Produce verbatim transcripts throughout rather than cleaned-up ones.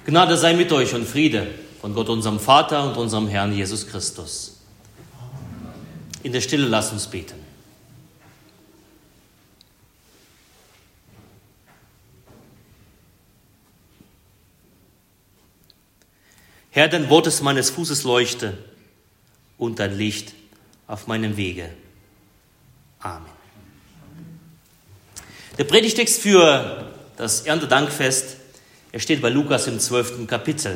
Gnade sei mit euch und Friede von Gott, unserem Vater und unserem Herrn Jesus Christus. In der Stille lasst uns beten. Herr, dein Wort ist meines Fußes Leuchte und dein Licht auf meinem Wege. Amen. Der Predigtext für das Erntedankfest, er steht bei Lukas im zwölften Kapitel.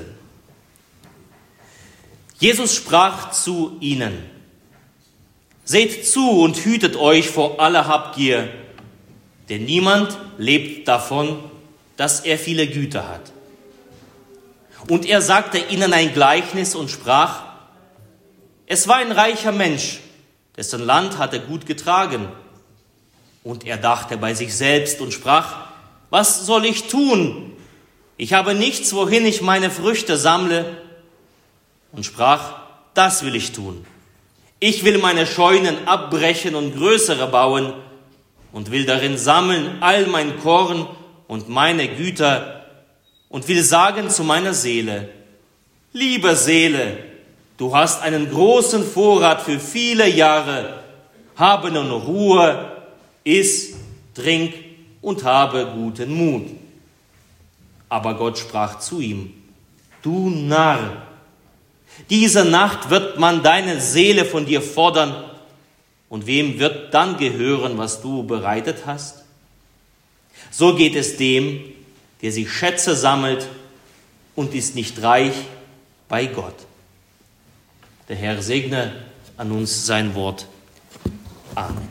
Jesus sprach zu ihnen: Seht zu und hütet euch vor aller Habgier, denn niemand lebt davon, dass er viele Güter hat. Und er sagte ihnen ein Gleichnis und sprach: Es war ein reicher Mensch, dessen Land hatte gut getragen. Und er dachte bei sich selbst und sprach: Was soll ich tun? Ich habe nichts, wohin ich meine Früchte sammle. Und sprach: Das will ich tun. Ich will meine Scheunen abbrechen und größere bauen und will darin sammeln all mein Korn und meine Güter und will sagen zu meiner Seele: Liebe Seele, du hast einen großen Vorrat für viele Jahre. Habe nun Ruhe, iss, trink und habe guten Mut. Aber Gott sprach zu ihm: Du Narr, diese Nacht wird man deine Seele von dir fordern, und wem wird dann gehören, was du bereitet hast? So geht es dem, der sich Schätze sammelt und ist nicht reich bei Gott. Der Herr segne an uns sein Wort. Amen.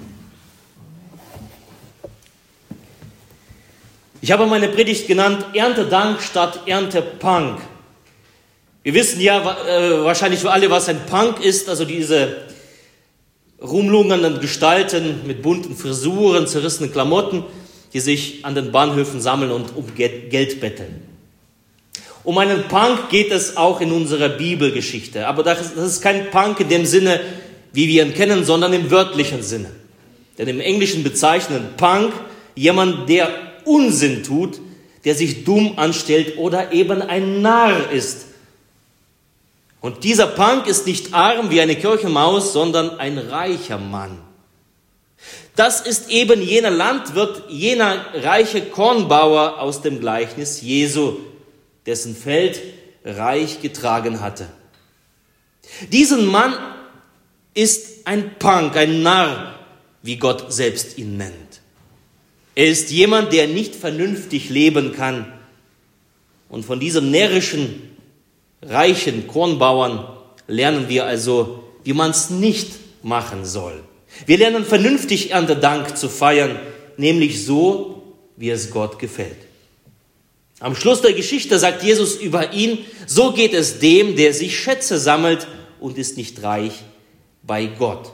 Ich habe meine Predigt genannt: Erntedank statt Erntepunk. Wir wissen ja äh, wahrscheinlich für alle, was ein Punk ist, also diese rumlungernden Gestalten mit bunten Frisuren, zerrissenen Klamotten, die sich an den Bahnhöfen sammeln und um Geld betteln. Um einen Punk geht es auch in unserer Bibelgeschichte, aber das ist kein Punk in dem Sinne, wie wir ihn kennen, sondern im wörtlichen Sinne. Denn im Englischen bezeichnen Punk jemand, der Unsinn tut, der sich dumm anstellt oder eben ein Narr ist. Und dieser Punk ist nicht arm wie eine Kirchenmaus, sondern ein reicher Mann. Das ist eben jener Landwirt, jener reiche Kornbauer aus dem Gleichnis Jesu, dessen Feld reich getragen hatte. Diesen Mann ist ein Punk, ein Narr, wie Gott selbst ihn nennt. Er ist jemand, der nicht vernünftig leben kann. Und von diesem närrischen, reichen Kornbauern lernen wir also, wie man es nicht machen soll. Wir lernen vernünftig Erntedank zu feiern, nämlich so, wie es Gott gefällt. Am Schluss der Geschichte sagt Jesus über ihn: So geht es dem, der sich Schätze sammelt und ist nicht reich bei Gott.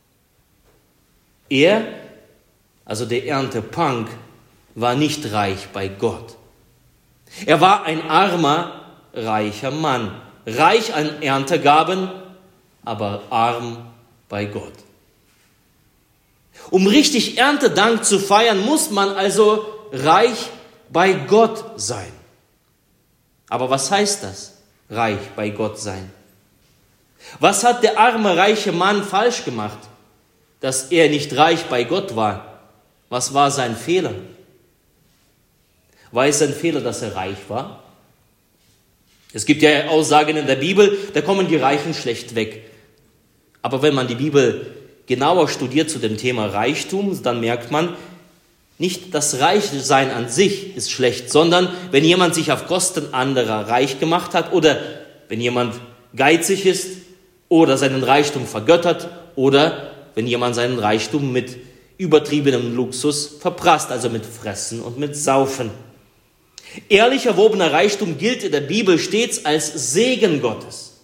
Er, also der Erntepunk, war nicht reich bei Gott. Er war ein armer, reicher Mann, reich an Erntegaben, aber arm bei Gott. Um richtig Erntedank zu feiern, muss man also reich bei Gott sein. Aber was heißt das, reich bei Gott sein? Was hat der arme, reiche Mann falsch gemacht, dass er nicht reich bei Gott war? Was war sein Fehler? War es sein Fehler, dass er reich war? Es gibt ja Aussagen in der Bibel, da kommen die Reichen schlecht weg. Aber wenn man die Bibel genauer studiert zu dem Thema Reichtum, dann merkt man, nicht das Reichsein an sich ist schlecht, sondern wenn jemand sich auf Kosten anderer reich gemacht hat oder wenn jemand geizig ist oder seinen Reichtum vergöttert oder wenn jemand seinen Reichtum mit übertriebenem Luxus verprasst, also mit Fressen und mit Saufen. Ehrlich erworbener Reichtum gilt in der Bibel stets als Segen Gottes.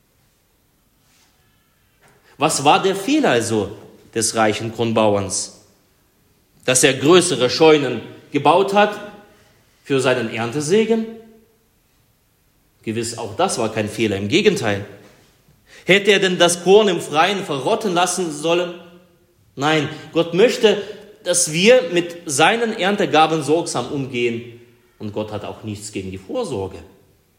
Was war der Fehler also des reichen Kornbauerns? Dass er größere Scheunen gebaut hat für seinen Erntesegen? Gewiss, auch das war kein Fehler, im Gegenteil. Hätte er denn das Korn im Freien verrotten lassen sollen? Nein, Gott möchte, dass wir mit seinen Erntegaben sorgsam umgehen. Und Gott hat auch nichts gegen die Vorsorge.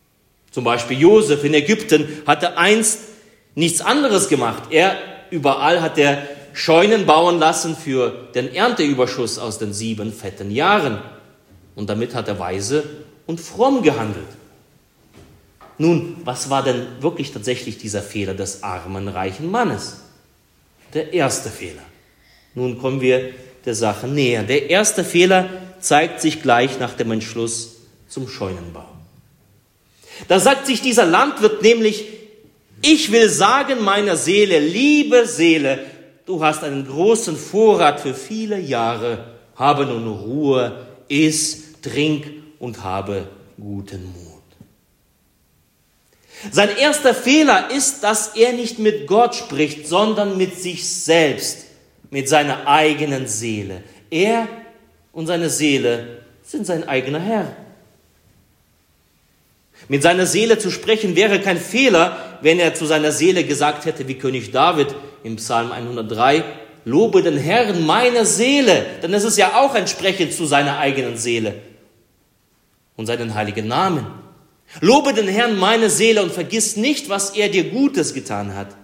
Zum Beispiel Josef in Ägypten hatte einst nichts anderes gemacht. Er überall hat er Scheunen bauen lassen für den Ernteüberschuss aus den sieben fetten Jahren. Und damit hat er weise und fromm gehandelt. Nun, was war denn wirklich tatsächlich dieser Fehler des armen, reichen Mannes? Der erste Fehler. Nun kommen wir der Sache näher. Der erste Fehler zeigt sich gleich nach dem Entschluss zum Scheunenbau. Da sagt sich dieser Landwirt nämlich: Ich will sagen meiner Seele, liebe Seele, du hast einen großen Vorrat für viele Jahre. Habe nun Ruhe, iss, trink und habe guten Mut. Sein erster Fehler ist, dass er nicht mit Gott spricht, sondern mit sich selbst, mit seiner eigenen Seele. Er und seine Seele sind sein eigener Herr. Mit seiner Seele zu sprechen wäre kein Fehler, wenn er zu seiner Seele gesagt hätte, wie König David im Psalm hundertdrei, lobe den Herrn meine Seele, denn es ist ja auch entsprechend zu seiner eigenen Seele und seinen heiligen Namen. Lobe den Herrn meine Seele und vergiss nicht, was er dir Gutes getan hat.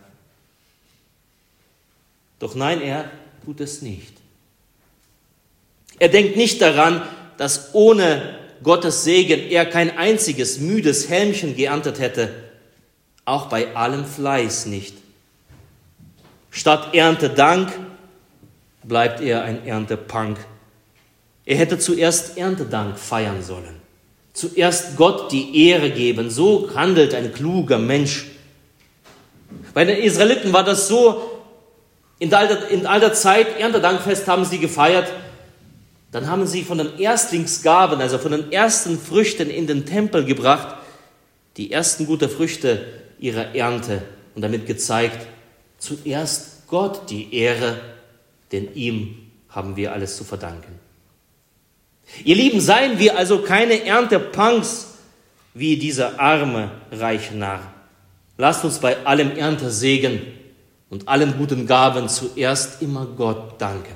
Doch nein, er tut es nicht. Er denkt nicht daran, dass ohne Gottes Segen er kein einziges müdes Helmchen geerntet hätte, auch bei allem Fleiß nicht. Statt Erntedank bleibt er ein Erntepank. Er hätte zuerst Erntedank feiern sollen. Zuerst Gott die Ehre geben. So handelt ein kluger Mensch. Bei den Israeliten war das so, in alter, in alter Zeit, Erntedankfest haben sie gefeiert, dann haben sie von den Erstlingsgaben, also von den ersten Früchten in den Tempel gebracht, die ersten guten Früchte ihrer Ernte und damit gezeigt, zuerst Gott die Ehre, denn ihm haben wir alles zu verdanken. Ihr Lieben, seien wir also keine Erntepunks wie dieser arme, reiche Narr. Lasst uns bei allem Erntesegen und allen guten Gaben zuerst immer Gott danken.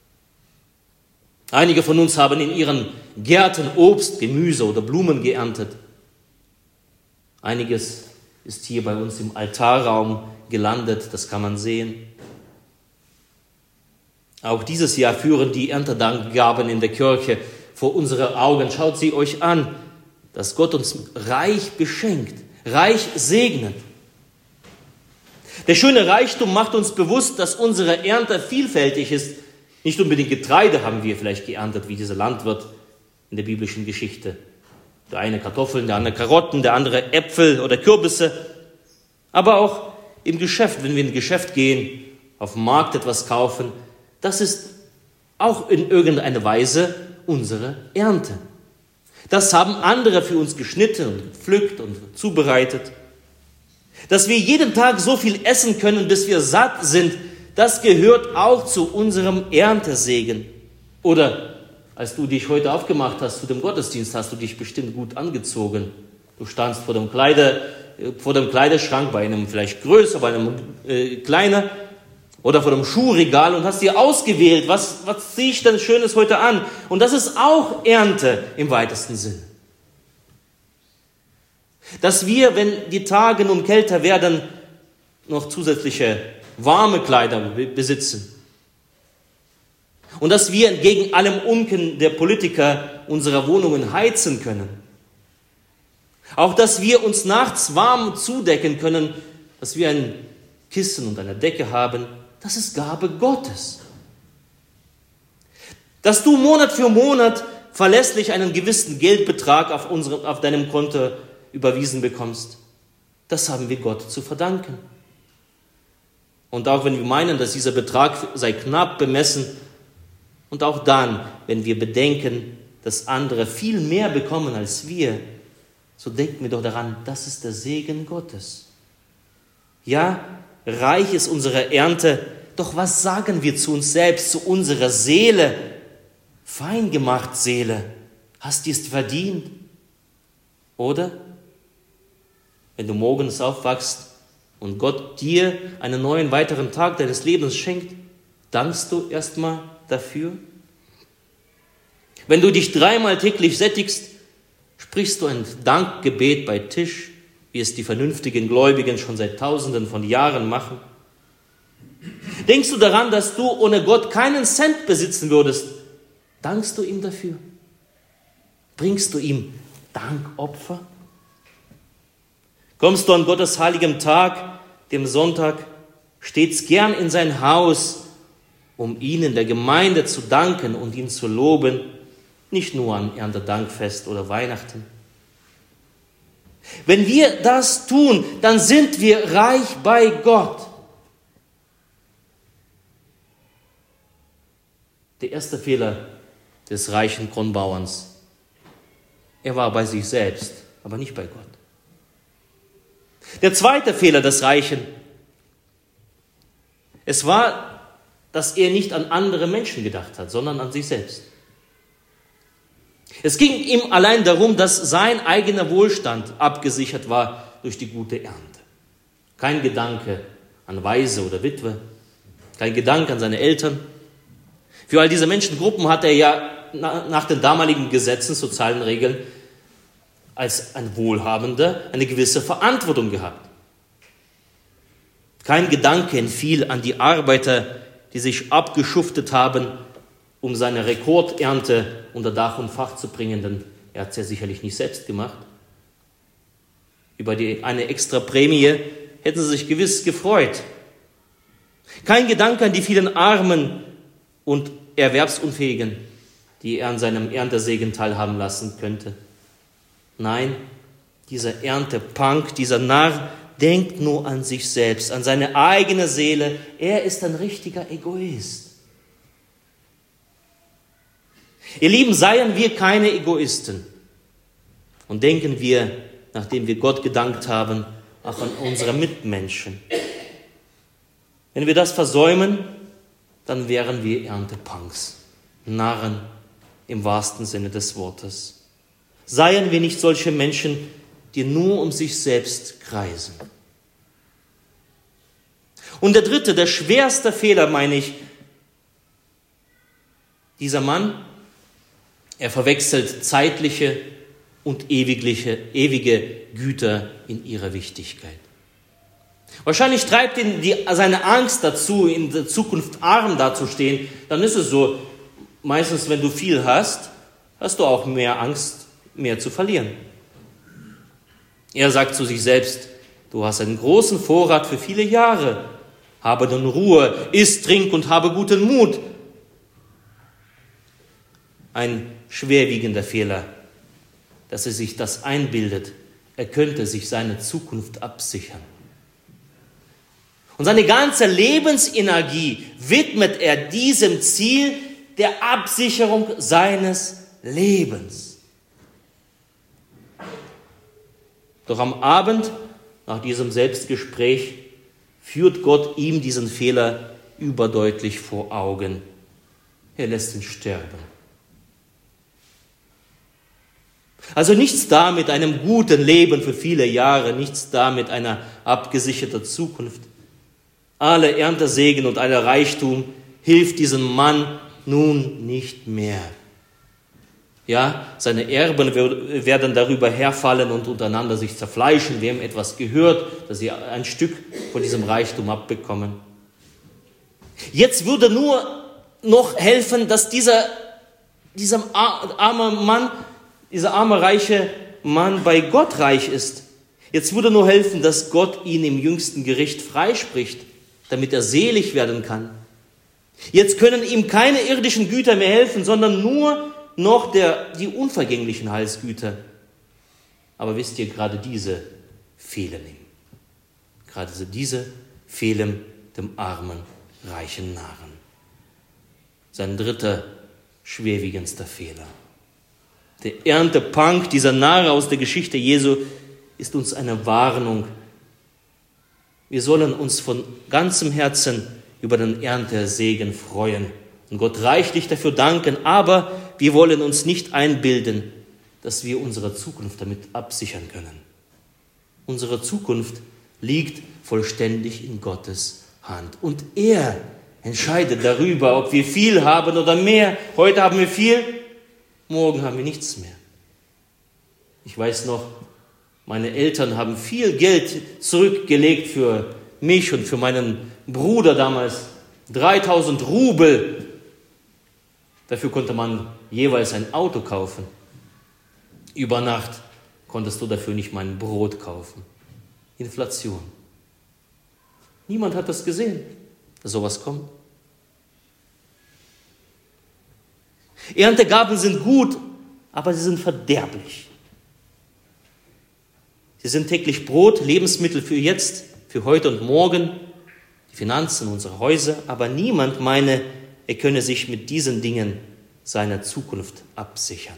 Einige von uns haben in ihren Gärten Obst, Gemüse oder Blumen geerntet. Einiges ist hier bei uns im Altarraum gelandet, das kann man sehen. Auch dieses Jahr führen die Erntedankgaben in der Kirche vor unsere Augen. Schaut sie euch an, dass Gott uns reich beschenkt, reich segnet. Der schöne Reichtum macht uns bewusst, dass unsere Ernte vielfältig ist. Nicht unbedingt Getreide haben wir vielleicht geerntet, wie dieser Landwirt in der biblischen Geschichte. Der eine Kartoffeln, der andere Karotten, der andere Äpfel oder Kürbisse. Aber auch im Geschäft, wenn wir in ein Geschäft gehen, auf dem Markt etwas kaufen, das ist auch in irgendeiner Weise unsere Ernte. Das haben andere für uns geschnitten und gepflückt und zubereitet. Dass wir jeden Tag so viel essen können, bis wir satt sind, das gehört auch zu unserem Erntesegen. Oder als du dich heute aufgemacht hast zu dem Gottesdienst, hast du dich bestimmt gut angezogen. Du standst vor dem, Kleider, vor dem Kleiderschrank, bei einem vielleicht größer, bei einem äh, kleiner, oder vor dem Schuhregal und hast dir ausgewählt, was, was ziehe ich denn Schönes heute an? Und das ist auch Ernte im weitesten Sinn. Dass wir, wenn die Tage nun kälter werden, noch zusätzliche warme Kleider besitzen. Und dass wir entgegen allem Unken der Politiker unsere Wohnungen heizen können. Auch, dass wir uns nachts warm zudecken können, dass wir ein Kissen und eine Decke haben, das ist Gabe Gottes. Dass du Monat für Monat verlässlich einen gewissen Geldbetrag auf, unserem, auf deinem Konto überwiesen bekommst, das haben wir Gott zu verdanken. Und auch wenn wir meinen, dass dieser Betrag sei knapp bemessen, und auch dann, wenn wir bedenken, dass andere viel mehr bekommen als wir, so denken wir doch daran, das ist der Segen Gottes. Ja, reich ist unsere Ernte, doch was sagen wir zu uns selbst, zu unserer Seele? Fein gemacht, Seele, hast du es verdient? Oder? Wenn du morgens aufwachst und Gott dir einen neuen weiteren Tag deines Lebens schenkt, dankst du erstmal dafür? Wenn du dich dreimal täglich sättigst, sprichst du ein Dankgebet bei Tisch wie es die vernünftigen Gläubigen schon seit Tausenden von Jahren machen? Denkst du daran, dass du ohne Gott keinen Cent besitzen würdest? Dankst du ihm dafür? Bringst du ihm Dankopfer? Kommst du an Gottes heiligem Tag, dem Sonntag, stets gern in sein Haus, um ihm in der Gemeinde zu danken und ihn zu loben, nicht nur an Erntedankfest oder Weihnachten? Wenn wir das tun, dann sind wir reich bei Gott. Der erste Fehler des reichen Kornbauerns: Er war bei sich selbst, aber nicht bei Gott. Der zweite Fehler des Reichen: Es war, dass er nicht an andere Menschen gedacht hat, sondern an sich selbst. Es ging ihm allein darum, dass sein eigener Wohlstand abgesichert war durch die gute Ernte. Kein Gedanke an Waise oder Witwe, kein Gedanke an seine Eltern. Für all diese Menschengruppen hat er ja nach den damaligen Gesetzen, sozialen Regeln, als ein Wohlhabender eine gewisse Verantwortung gehabt. Kein Gedanke entfiel an die Arbeiter, die sich abgeschuftet haben, um seine Rekordernte unter Dach und Fach zu bringen, denn er hat es ja sicherlich nicht selbst gemacht. Über die, eine extra Prämie hätten sie sich gewiss gefreut. Kein Gedanke an die vielen Armen und Erwerbsunfähigen, die er an seinem Erntesegen teilhaben lassen könnte. Nein, dieser Erntepank, dieser Narr, denkt nur an sich selbst, an seine eigene Seele. Er ist ein richtiger Egoist. Ihr Lieben, seien wir keine Egoisten und denken wir, nachdem wir Gott gedankt haben, auch an unsere Mitmenschen. Wenn wir das versäumen, dann wären wir Erntepunks, Narren im wahrsten Sinne des Wortes. Seien wir nicht solche Menschen, die nur um sich selbst kreisen. Und der dritte, der schwerste Fehler, meine ich, dieser Mann, er verwechselt zeitliche und ewigliche, ewige Güter in ihrer Wichtigkeit. Wahrscheinlich treibt ihn die, seine Angst dazu, in der Zukunft arm dazustehen. Dann ist es so, meistens, wenn du viel hast, hast du auch mehr Angst, mehr zu verlieren. Er sagt zu sich selbst: Du hast einen großen Vorrat für viele Jahre. Habe nun Ruhe, iss, trink und habe guten Mut. Ein schwerwiegender Fehler, dass er sich das einbildet, er könnte sich seine Zukunft absichern. Und seine ganze Lebensenergie widmet er diesem Ziel der Absicherung seines Lebens. Doch am Abend, nach diesem Selbstgespräch, führt Gott ihm diesen Fehler überdeutlich vor Augen. Er lässt ihn sterben. Also nichts da mit einem guten Leben für viele Jahre, nichts da mit einer abgesicherten Zukunft. Alle Erntesegen und aller Reichtum hilft diesem Mann nun nicht mehr. Ja, seine Erben werden darüber herfallen und untereinander sich zerfleischen, wem etwas gehört, dass sie ein Stück von diesem Reichtum abbekommen. Jetzt würde nur noch helfen, dass dieser, dieser arme Mann, dieser arme, reiche Mann bei Gott reich ist. Jetzt würde nur helfen, dass Gott ihn im jüngsten Gericht freispricht, damit er selig werden kann. Jetzt können ihm keine irdischen Güter mehr helfen, sondern nur noch der, die unvergänglichen Heilsgüter. Aber wisst ihr, gerade diese fehlen ihm. Gerade diese fehlen dem armen, reichen Narren. Sein dritter, schwerwiegendster Fehler. Der Erntepank, dieser Narr aus der Geschichte Jesu, ist uns eine Warnung. Wir sollen uns von ganzem Herzen über den Erntesegen freuen und Gott reichlich dafür danken, aber wir wollen uns nicht einbilden, dass wir unsere Zukunft damit absichern können. Unsere Zukunft liegt vollständig in Gottes Hand und er entscheidet darüber, ob wir viel haben oder mehr. Heute haben wir viel, morgen haben wir nichts mehr. Ich weiß noch, Meine Eltern haben viel Geld zurückgelegt für mich und für meinen Bruder damals. dreitausend Rubel. Dafür konnte man jeweils ein Auto kaufen. Über Nacht konntest du dafür nicht mal ein Brot kaufen. Inflation. Niemand hat das gesehen, dass sowas kommt. Erntegaben sind gut, aber sie sind verderblich. Sie sind täglich Brot, Lebensmittel für jetzt, für heute und morgen, die Finanzen unserer Häuser, aber niemand meine, er könne sich mit diesen Dingen seiner Zukunft absichern.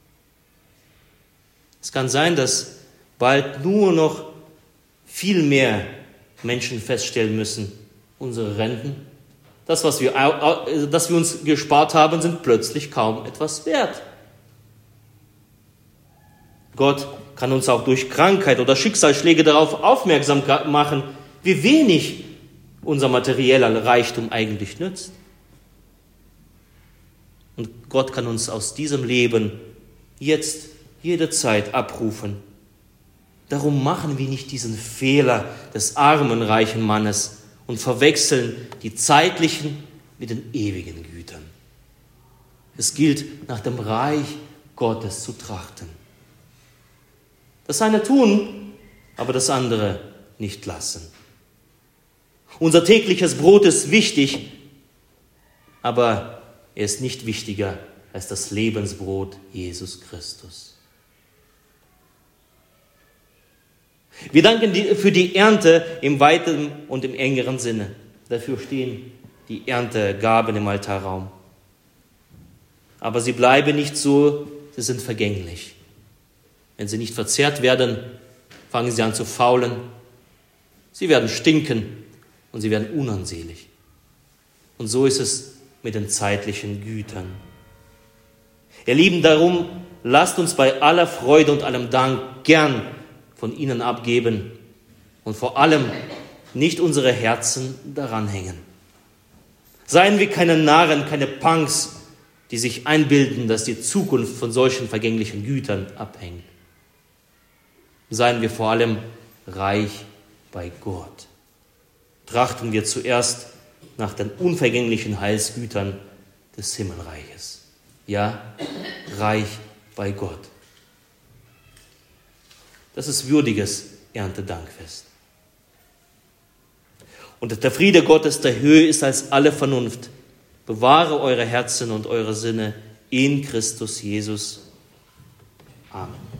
Es kann sein, dass bald nur noch viel mehr Menschen feststellen müssen, unsere Renten, das, was wir, das wir uns gespart haben, sind plötzlich kaum etwas wert. Gott kann uns auch durch Krankheit oder Schicksalsschläge darauf aufmerksam machen, wie wenig unser materieller Reichtum eigentlich nützt. Und Gott kann uns aus diesem Leben jetzt jederzeit abrufen. Darum machen wir nicht diesen Fehler des armen, reichen Mannes und verwechseln die zeitlichen mit den ewigen Gütern. Es gilt, nach dem Reich Gottes zu trachten. Das eine tun, aber das andere nicht lassen. Unser tägliches Brot ist wichtig, aber er ist nicht wichtiger als das Lebensbrot Jesus Christus. Wir danken für die Ernte im weiteren und im engeren Sinne. Dafür stehen die Erntegaben im Altarraum. Aber sie bleiben nicht so, sie sind vergänglich. Wenn sie nicht verzehrt werden, fangen sie an zu faulen. Sie werden stinken und sie werden unansehlich. Und so ist es mit den zeitlichen Gütern. Ihr Lieben, darum lasst uns bei aller Freude und allem Dank gern von ihnen abgeben und vor allem nicht unsere Herzen daran hängen. Seien wir keine Narren, keine Punks, die sich einbilden, dass die Zukunft von solchen vergänglichen Gütern abhängt. Seien wir vor allem reich bei Gott. Trachten wir zuerst nach den unvergänglichen Heilsgütern des Himmelreiches. Ja, reich bei Gott. Das ist würdiges Erntedankfest. Und der Friede Gottes, der höher ist als alle Vernunft, bewahre eure Herzen und eure Sinne in Christus Jesus. Amen.